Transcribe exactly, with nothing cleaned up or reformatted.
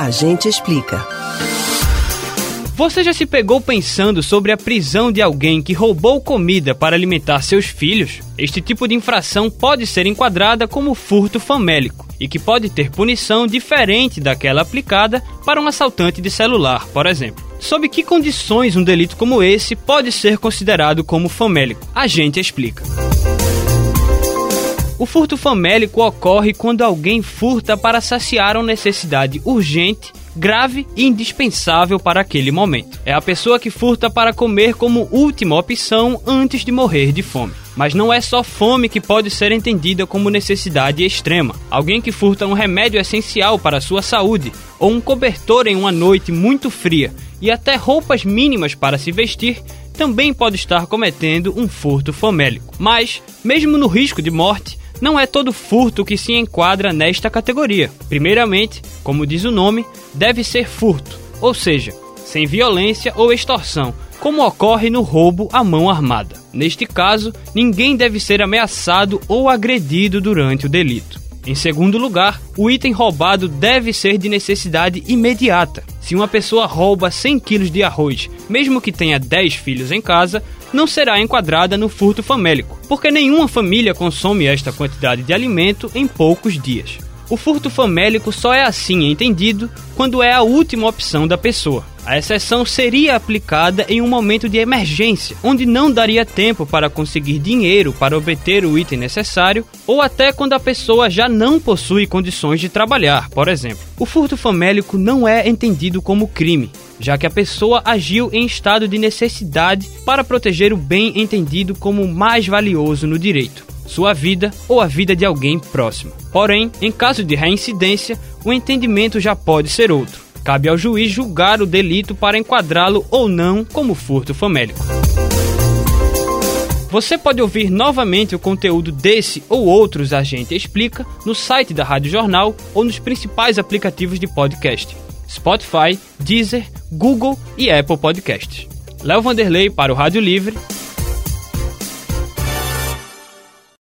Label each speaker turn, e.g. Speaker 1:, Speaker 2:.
Speaker 1: A gente explica.
Speaker 2: Você já se pegou pensando sobre a prisão de alguém que roubou comida para alimentar seus filhos? Este tipo de infração pode ser enquadrada como furto famélico e que pode ter punição diferente daquela aplicada para um assaltante de celular, por exemplo. Sob que condições um delito como esse pode ser considerado como famélico? A gente explica. O furto famélico ocorre quando alguém furta para saciar uma necessidade urgente, grave e indispensável para aquele momento. É a pessoa que furta para comer como última opção antes de morrer de fome. Mas não é só fome que pode ser entendida como necessidade extrema. Alguém que furta um remédio essencial para a sua saúde, ou um cobertor em uma noite muito fria, e até roupas mínimas para se vestir, também pode estar cometendo um furto famélico. Mas, mesmo no risco de morte, não é todo furto que se enquadra nesta categoria. Primeiramente, como diz o nome, deve ser furto, ou seja, sem violência ou extorsão, como ocorre no roubo à mão armada. Neste caso, ninguém deve ser ameaçado ou agredido durante o delito. Em segundo lugar, o item roubado deve ser de necessidade imediata. Se uma pessoa rouba cem quilos de arroz, mesmo que tenha dez filhos em casa, não será enquadrada no furto famélico, porque nenhuma família consome esta quantidade de alimento em poucos dias. O furto famélico só é assim entendido quando é a última opção da pessoa. A exceção seria aplicada em um momento de emergência, onde não daria tempo para conseguir dinheiro para obter o item necessário, ou até quando a pessoa já não possui condições de trabalhar, por exemplo. O furto famélico não é entendido como crime, já que a pessoa agiu em estado de necessidade para proteger o bem entendido como mais valioso no direito, sua vida ou a vida de alguém próximo. Porém, em caso de reincidência, o entendimento já pode ser outro. Cabe ao juiz julgar o delito para enquadrá-lo ou não como furto famélico. Você pode ouvir novamente o conteúdo desse ou outros A Gente Explica no site da Rádio Jornal ou nos principais aplicativos de podcast: Spotify, Deezer, Google e Apple Podcasts. Léo Vanderlei para o Rádio Livre.